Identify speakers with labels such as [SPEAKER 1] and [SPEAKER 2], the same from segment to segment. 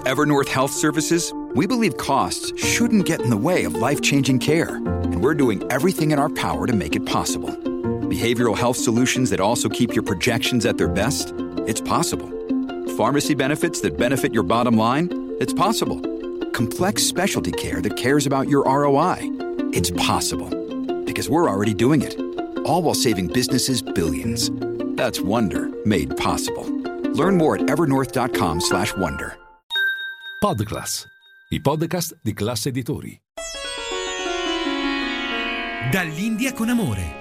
[SPEAKER 1] Evernorth Health Services, we believe costs shouldn't get in the way of life-changing care, and we're doing everything in our power to make it possible. Behavioral health solutions that also keep your projections at their best? It's possible. Pharmacy benefits that benefit your bottom line? It's possible. Complex specialty care that cares about your ROI? It's possible. Because we're already doing it. All while saving businesses billions. That's Wonder made possible. Learn more at evernorth.com/wonder.
[SPEAKER 2] Podclass, i podcast di Classe Editori.
[SPEAKER 3] Dall'India con amore.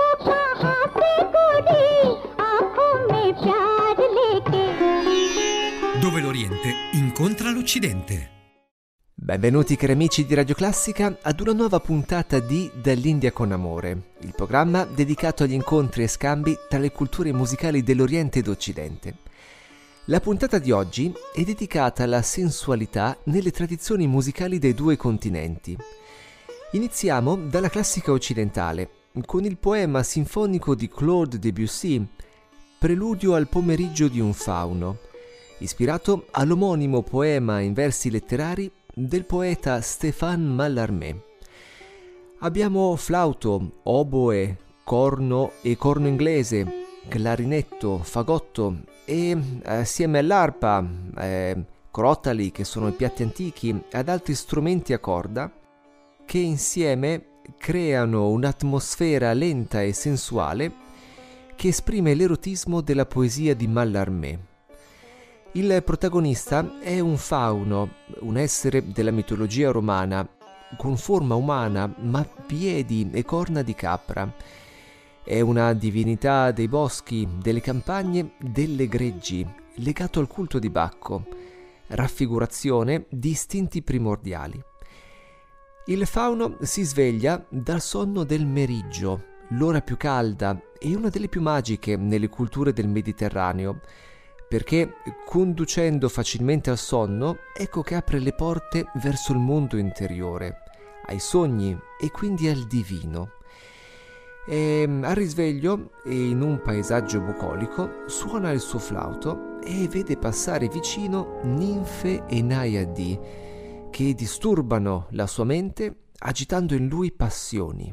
[SPEAKER 3] Dove l'Oriente incontra l'Occidente.
[SPEAKER 4] Benvenuti cari amici di Radio Classica ad una nuova puntata di Dall'India con amore, il programma dedicato agli incontri e scambi tra le culture musicali dell'Oriente ed Occidente. La puntata di oggi è dedicata alla sensualità nelle tradizioni musicali dei due continenti. Iniziamo dalla classica occidentale, con il poema sinfonico di Claude Debussy, Preludio al pomeriggio di un fauno, ispirato all'omonimo poema in versi letterari del poeta Stéphane Mallarmé. Abbiamo flauto, oboe, corno e corno inglese, clarinetto, fagotto e assieme all'arpa, crotali che sono i piatti antichi ad altri strumenti a corda che insieme creano un'atmosfera lenta e sensuale che esprime l'erotismo della poesia di Mallarmé. Il protagonista è un fauno, un essere della mitologia romana, con forma umana ma piedi e corna di capra. È una divinità dei boschi, delle campagne, delle greggi, legato al culto di Bacco, raffigurazione di istinti primordiali. Il fauno si sveglia dal sonno del meriggio, l'ora più calda e una delle più magiche nelle culture del Mediterraneo, perché conducendo facilmente al sonno, ecco che apre le porte verso il mondo interiore, ai sogni e quindi al divino. E al risveglio, in un paesaggio bucolico, suona il suo flauto e vede passare vicino ninfe e naiadi che disturbano la sua mente agitando in lui passioni.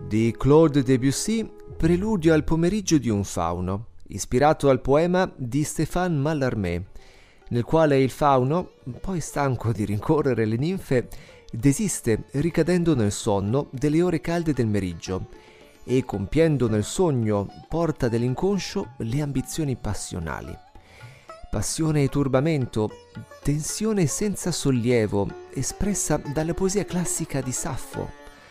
[SPEAKER 4] di Claude Debussy, Preludio al pomeriggio di un fauno, ispirato al poema di Stéphane Mallarmé, nel quale il fauno, poi stanco di rincorrere le ninfe, desiste ricadendo nel sonno delle ore calde del meriggio e, compiendo nel sogno porta dell'inconscio le ambizioni passionali. Passione e turbamento, tensione senza sollievo, espressa dalla poesia classica di Saffo.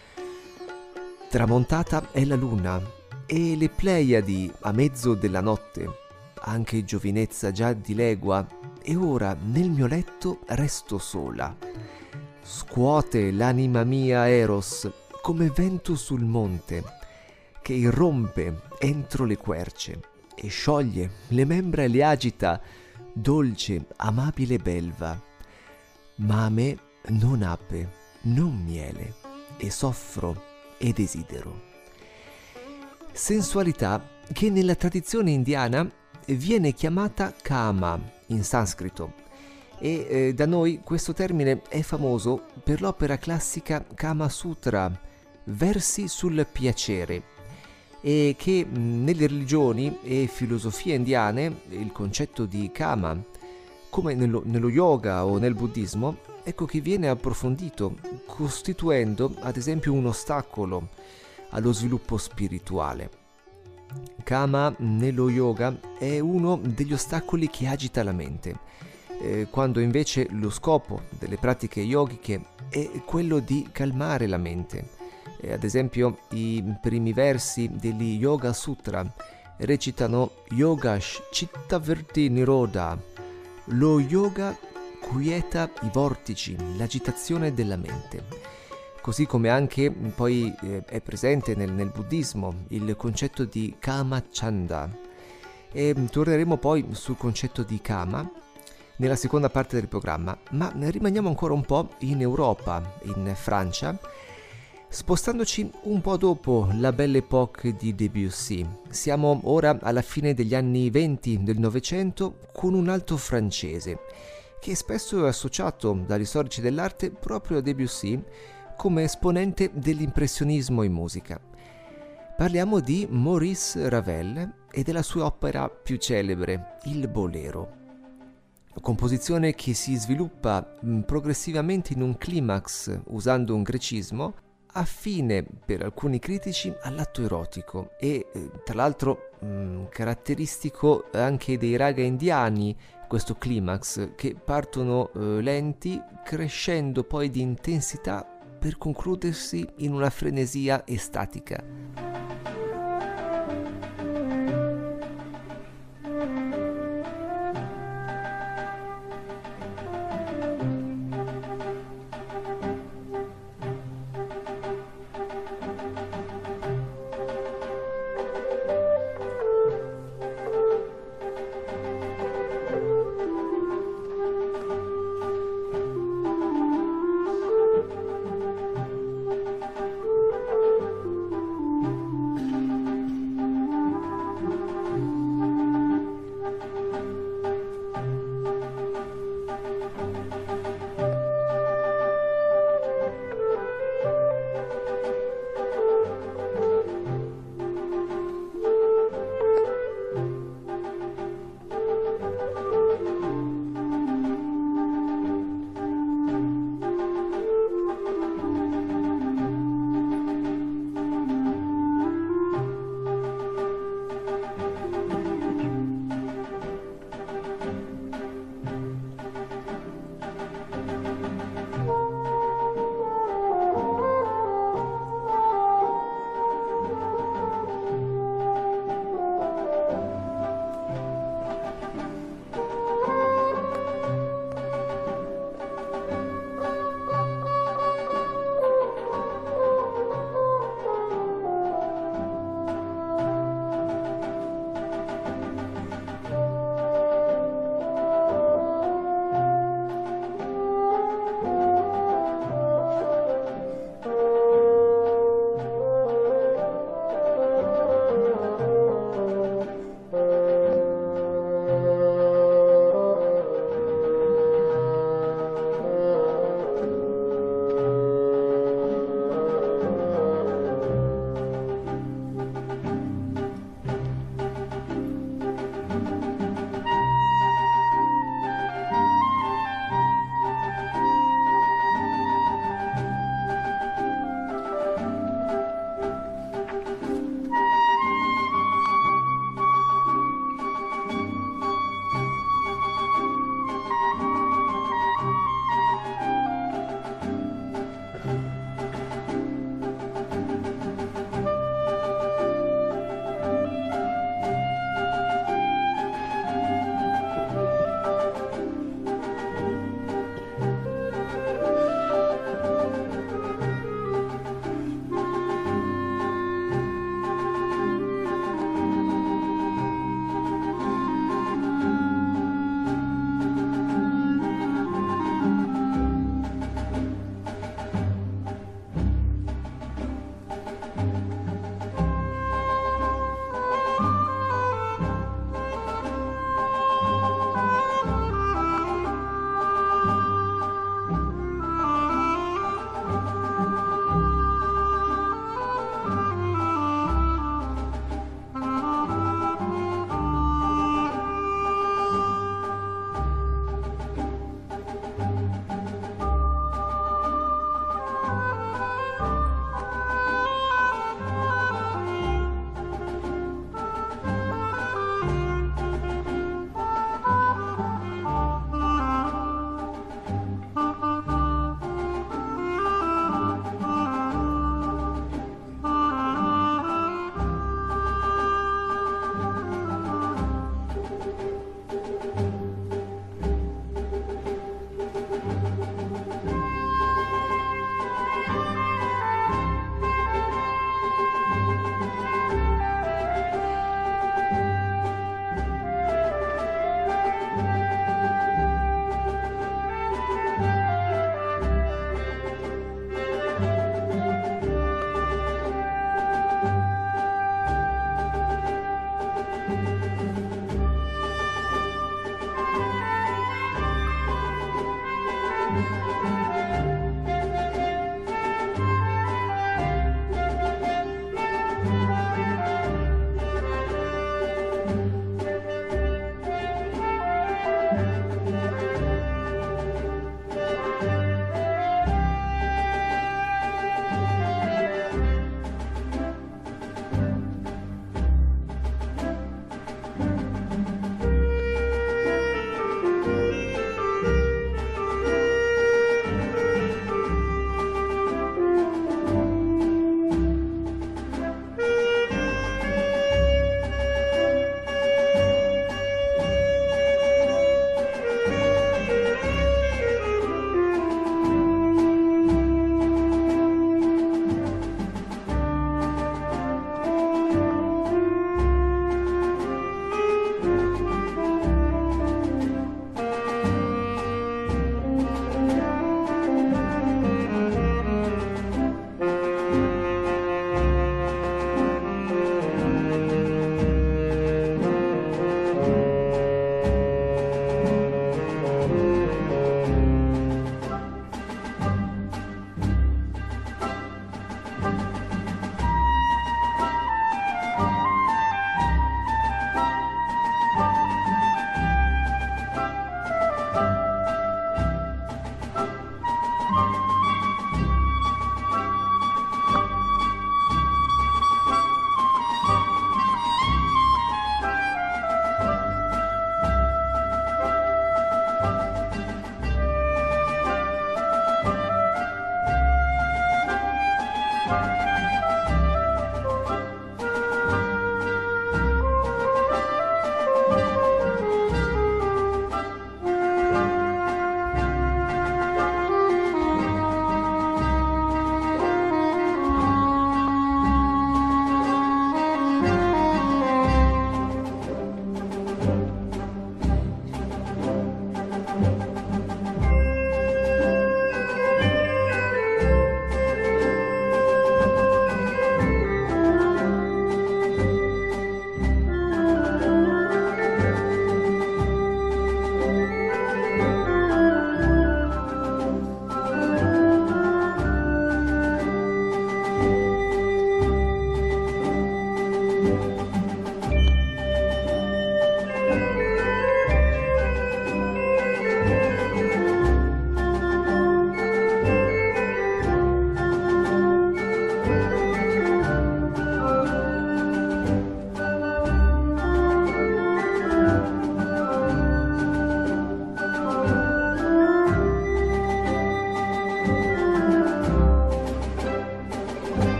[SPEAKER 4] Tramontata è la luna e le Pleiadi a mezzo della notte, anche giovinezza già dilegua, e ora nel mio letto resto sola. Scuote l'anima mia Eros come vento sul monte, che irrompe entro le querce e scioglie le membra e le agita, dolce, amabile belva. Ma a me non ape, non miele, e soffro e desidero. Sensualità che nella tradizione indiana viene chiamata kama in sanscrito, e da noi questo termine è famoso per l'opera classica Kama Sutra, versi sul piacere, e che nelle religioni e filosofie indiane il concetto di kama, come nello yoga o nel buddismo, ecco che viene approfondito, costituendo ad esempio un ostacolo allo sviluppo spirituale. Kama nello yoga è uno degli ostacoli che agita la mente, quando invece lo scopo delle pratiche yogiche è quello di calmare la mente. Ad esempio i primi versi degli Yoga Sutra recitano Yogash Chitta Vritti Nirodha. Lo yoga quieta i vortici, l'agitazione della mente. Così come anche poi è presente nel buddismo il concetto di Kama Chanda. E torneremo poi sul concetto di Kama nella seconda parte del programma, ma rimaniamo ancora un po' in Europa, in Francia, spostandoci un po' dopo la Belle Époque di Debussy. Siamo ora alla fine degli anni 20 del Novecento con un alto francese che spesso è associato dagli storici dell'arte proprio a Debussy come esponente dell'impressionismo in musica. Parliamo di Maurice Ravel e della sua opera più celebre, il Bolero. Composizione che si sviluppa progressivamente in un climax usando un grecismo affine per alcuni critici all'atto erotico e tra l'altro caratteristico anche dei raga indiani, questo climax che partono lenti crescendo poi di intensità per concludersi in una frenesia estatica.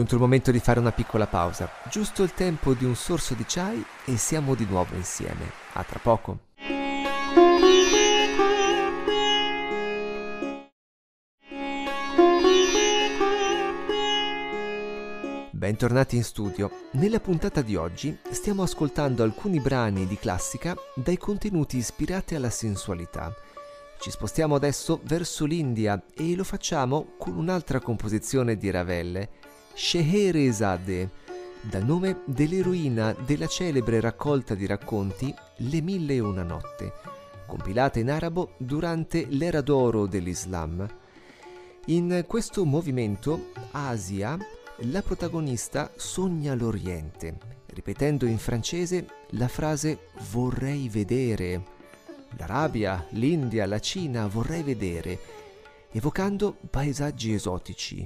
[SPEAKER 4] giunto il momento di fare una piccola pausa, giusto il tempo di un sorso di chai e siamo di nuovo insieme. A tra poco. Bentornati in studio. Nella puntata di oggi stiamo ascoltando alcuni brani di classica dai contenuti ispirati alla sensualità. Ci spostiamo adesso verso l'India e lo facciamo con un'altra composizione di Ravel, Scheherazade, dal nome dell'eroina della celebre raccolta di racconti Le 1001 notte, compilata in arabo durante l'era d'oro dell'Islam. In questo movimento, Asia, la protagonista sogna l'Oriente, ripetendo in francese la frase «vorrei vedere». L'Arabia, l'India, la Cina vorrei vedere, evocando paesaggi esotici.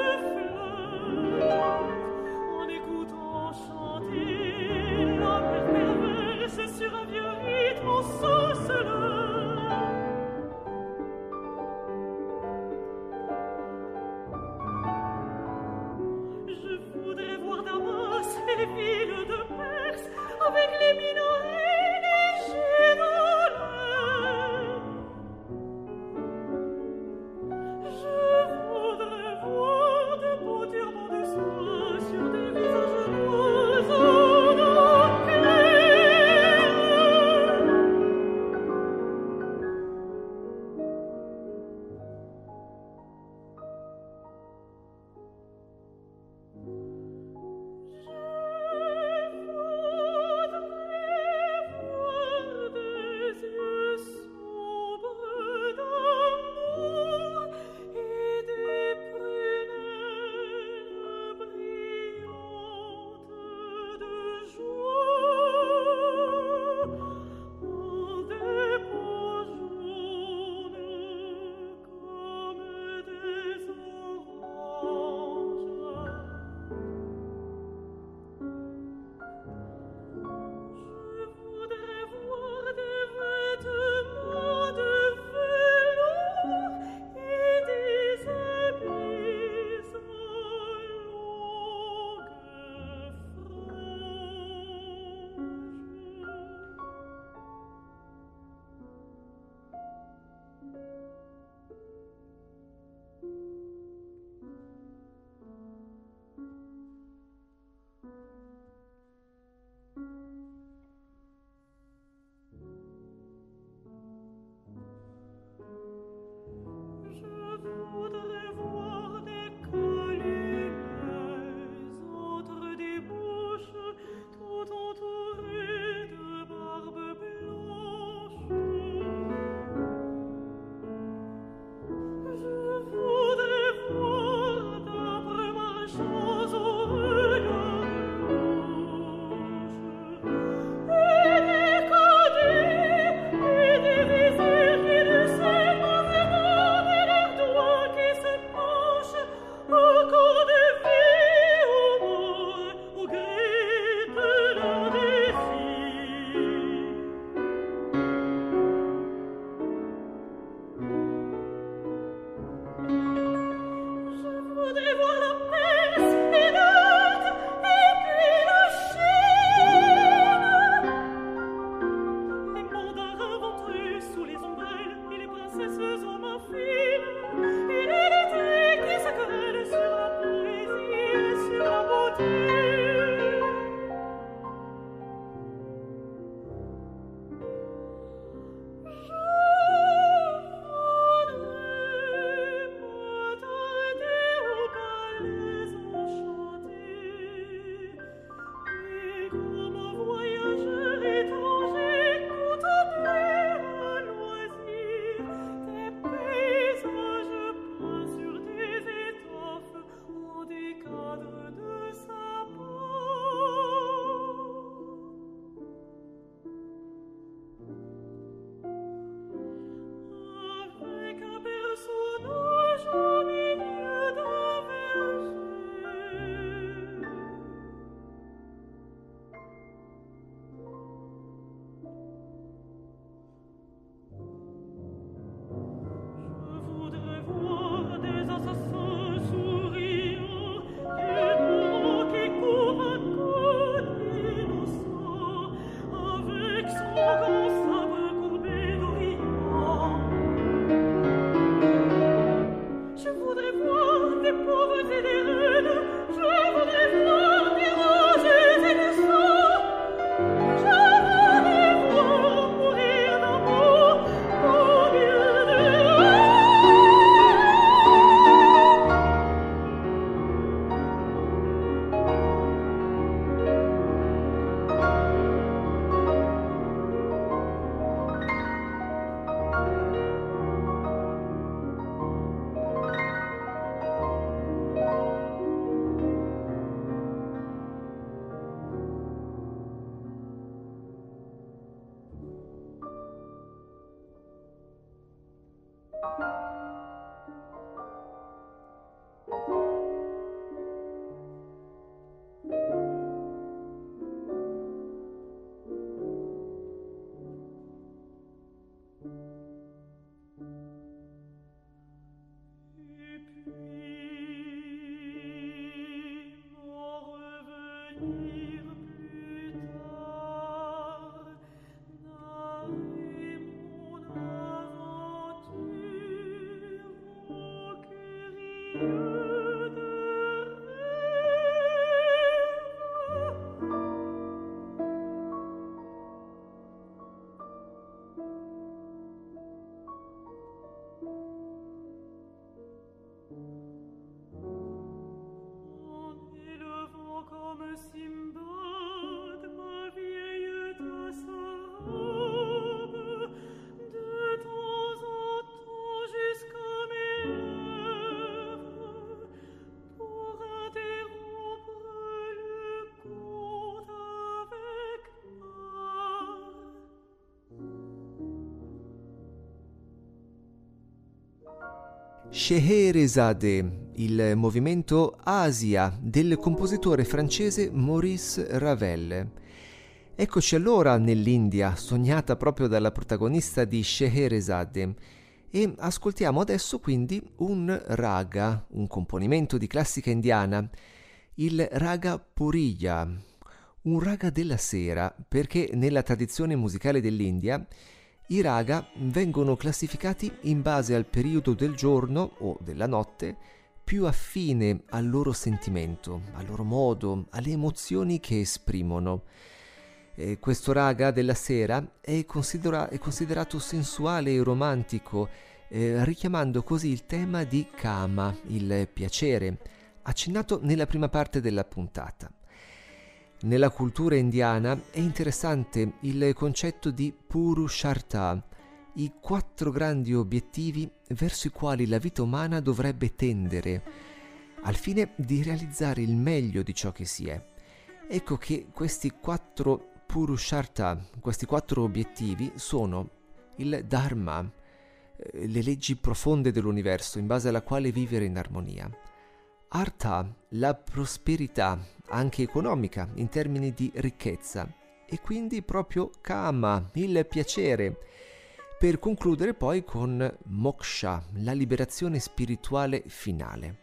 [SPEAKER 5] En écoutant chanter la mer.
[SPEAKER 4] Scheherazade, il movimento Asia del compositore francese Maurice Ravel. Eccoci allora nell'India, sognata proprio dalla protagonista di Scheherazade, e ascoltiamo adesso quindi un raga, un componimento di classica indiana, il raga Puriya, un raga della sera, perché nella tradizione musicale dell'India i raga vengono classificati in base al periodo del giorno o della notte più affine al loro sentimento, al loro modo, alle emozioni che esprimono. Questo raga della sera è considerato sensuale e romantico, richiamando così il tema di Kama, il piacere, accennato nella prima parte della puntata. Nella cultura indiana è interessante il concetto di Purushartha, i 4 grandi obiettivi verso i quali la vita umana dovrebbe tendere, al fine di realizzare il meglio di ciò che si è. Ecco che questi 4 Purushartha, questi 4 obiettivi sono il Dharma, le leggi profonde dell'universo in base alla quale vivere in armonia. Artha, la prosperità, anche economica, in termini di ricchezza, e quindi proprio Kama, il piacere, per concludere poi con Moksha, la liberazione spirituale finale.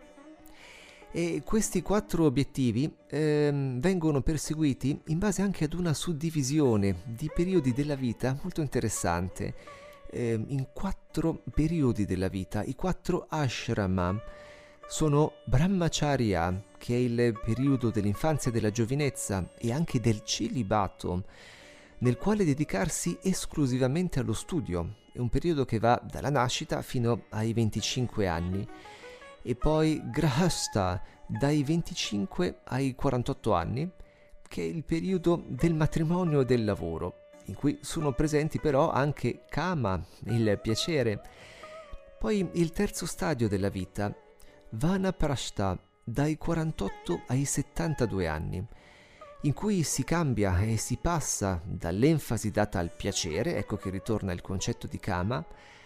[SPEAKER 4] E questi 4 obiettivi vengono perseguiti in base anche ad una suddivisione di periodi della vita molto interessante, in 4 periodi della vita, i 4 ashrama. Sono Brahmacharya, che è il periodo dell'infanzia e della giovinezza e anche del celibato, nel quale dedicarsi esclusivamente allo studio. È un periodo che va dalla nascita fino ai 25 anni. E poi Grahastha, dai 25 ai 48 anni, che è il periodo del matrimonio e del lavoro, in cui sono presenti però anche Kama, il piacere. Poi il terzo stadio della vita, Vanaprastha, dai 48 ai 72 anni, in cui si cambia e si passa dall'enfasi data al piacere, ecco che ritorna il concetto di Kama,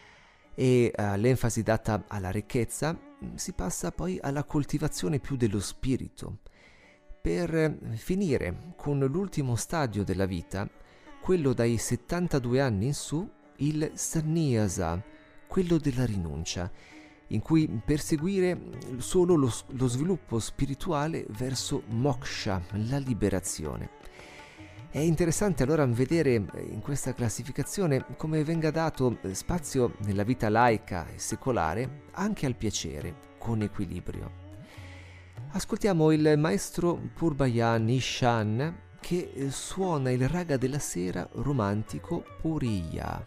[SPEAKER 4] e all'enfasi data alla ricchezza, si passa poi alla coltivazione più dello spirito, per finire con l'ultimo stadio della vita, quello dai 72 anni in su, il sannyasa, quello della rinuncia, in cui perseguire solo lo sviluppo spirituale verso moksha, la liberazione. È interessante allora vedere in questa classificazione come venga dato spazio nella vita laica e secolare anche al piacere, con equilibrio. Ascoltiamo il maestro Purbayan Ishan che suona il raga della sera romantico Puriya.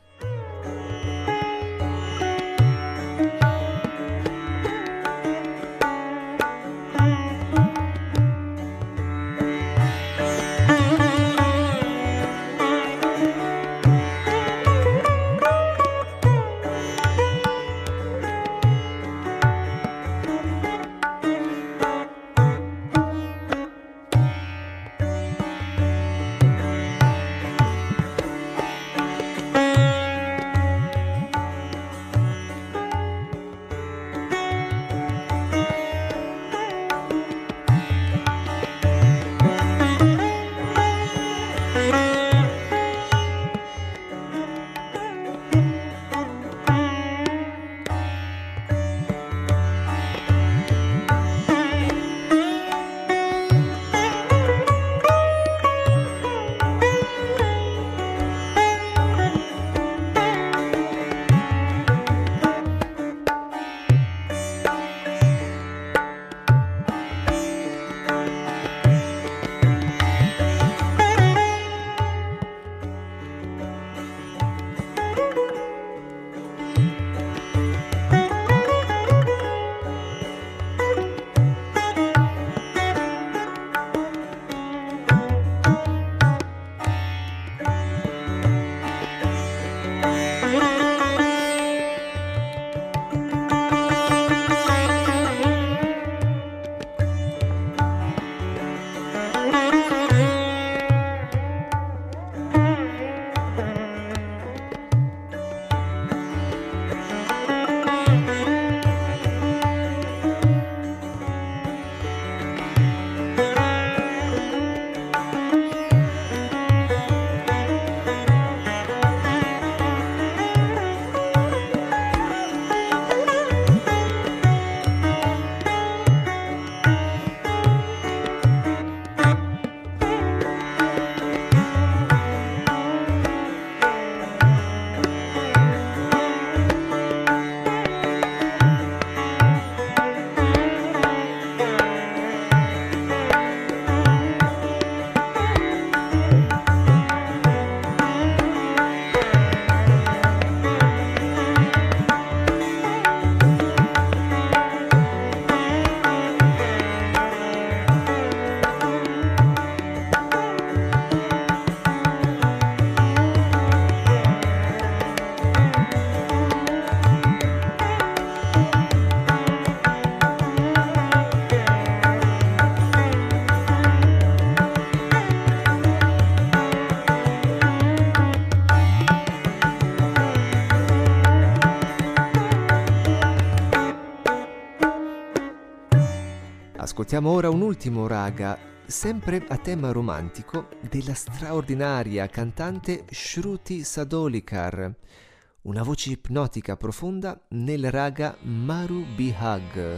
[SPEAKER 4] Ascoltiamo ora un ultimo raga, sempre a tema romantico, della straordinaria cantante Shruti Sadolikar, una voce ipnotica profonda nel raga Maru Bihag.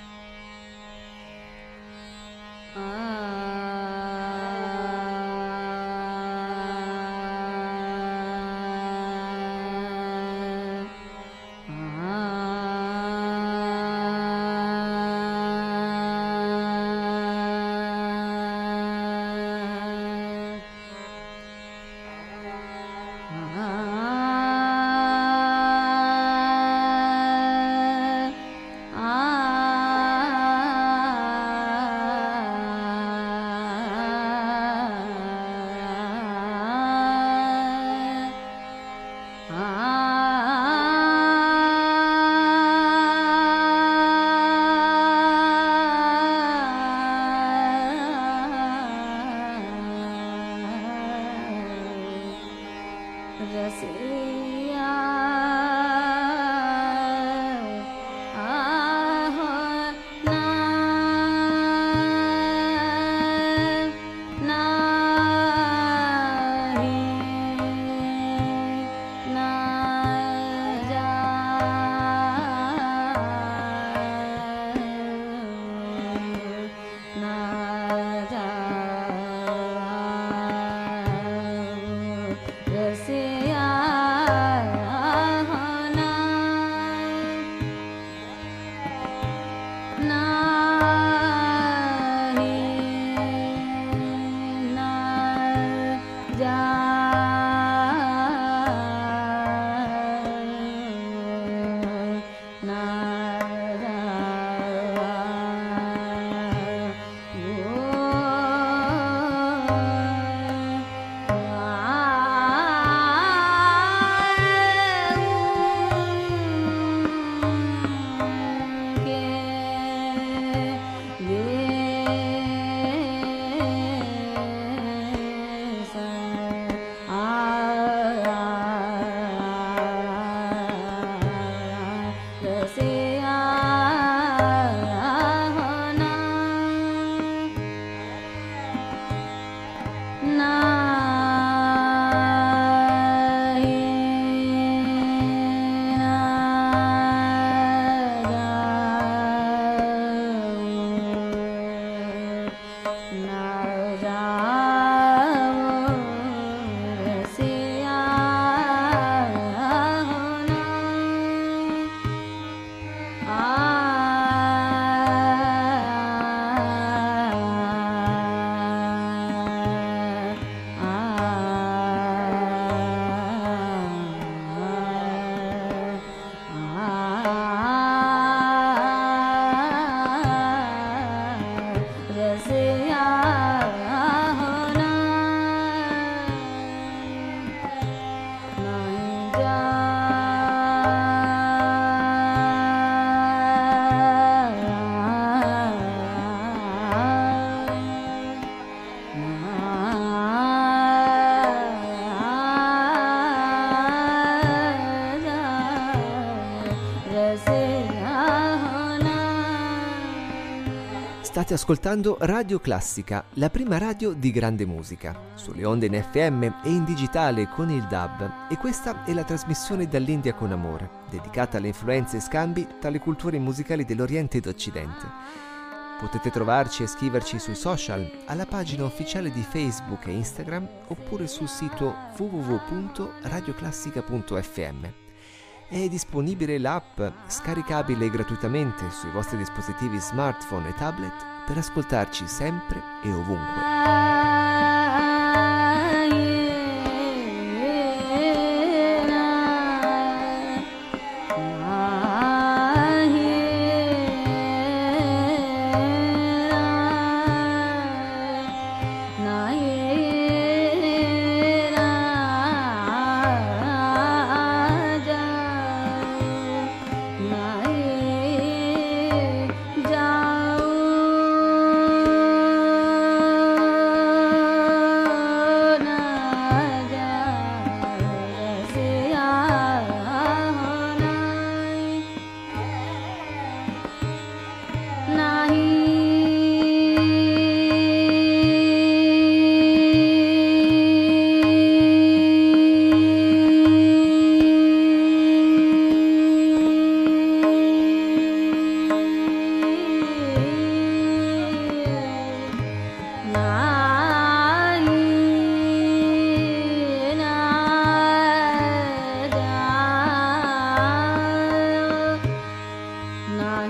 [SPEAKER 4] State ascoltando Radio Classica, la prima radio di grande musica, sulle onde in FM e in digitale con il DAB, e questa è la trasmissione Dall'India con Amore, dedicata alle influenze e scambi tra le culture musicali dell'Oriente ed Occidente. Potete trovarci e scriverci sui social, alla pagina ufficiale di Facebook e Instagram, oppure sul sito www.radioclassica.fm. È disponibile l'app, scaricabile gratuitamente sui vostri dispositivi smartphone e tablet, per ascoltarci sempre e ovunque.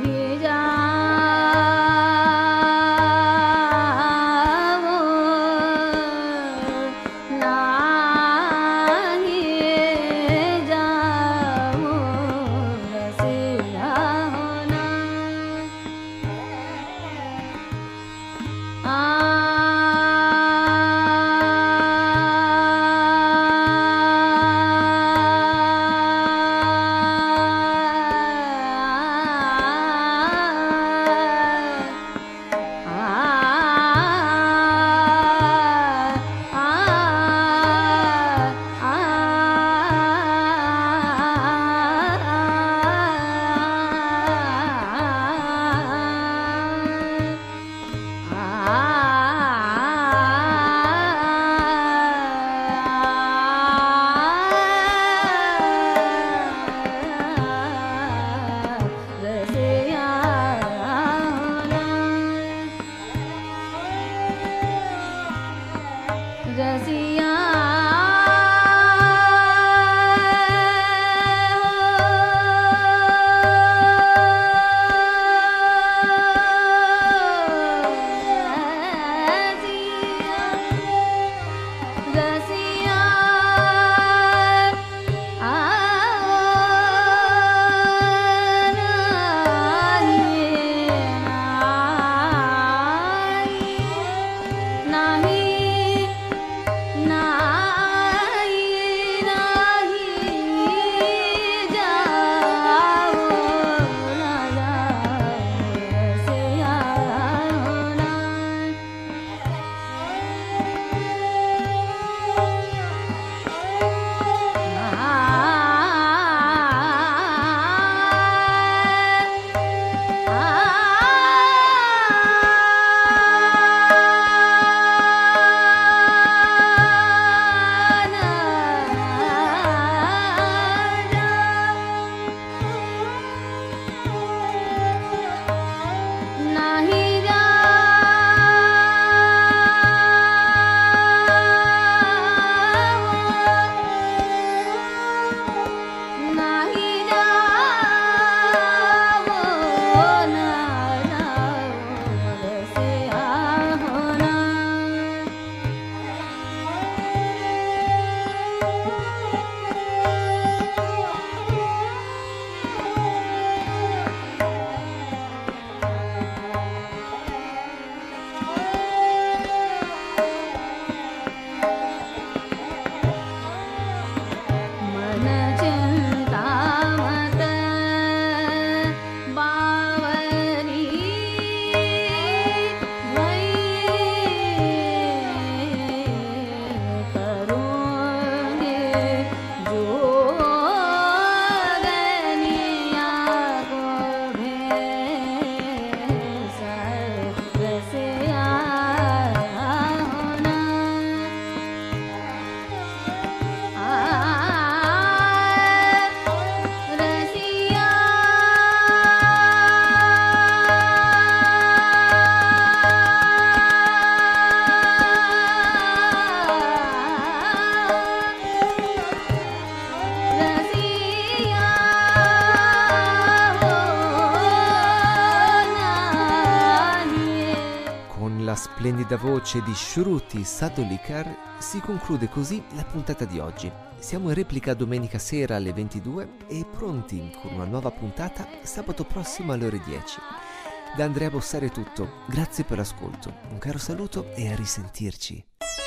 [SPEAKER 4] splendida voce di Shruti Sadolikar si conclude così la puntata di oggi. Siamo in replica domenica sera alle 22 e pronti con una nuova puntata sabato prossimo alle ore 10. Da Andrea Bossari è tutto, grazie per l'ascolto, un caro saluto e a risentirci.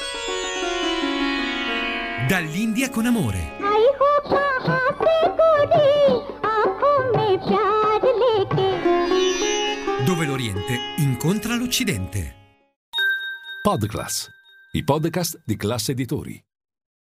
[SPEAKER 3] Dall'India con amore. Dove l'Oriente incontra l'Occidente.
[SPEAKER 2] Podclass, i podcast di Class Editori.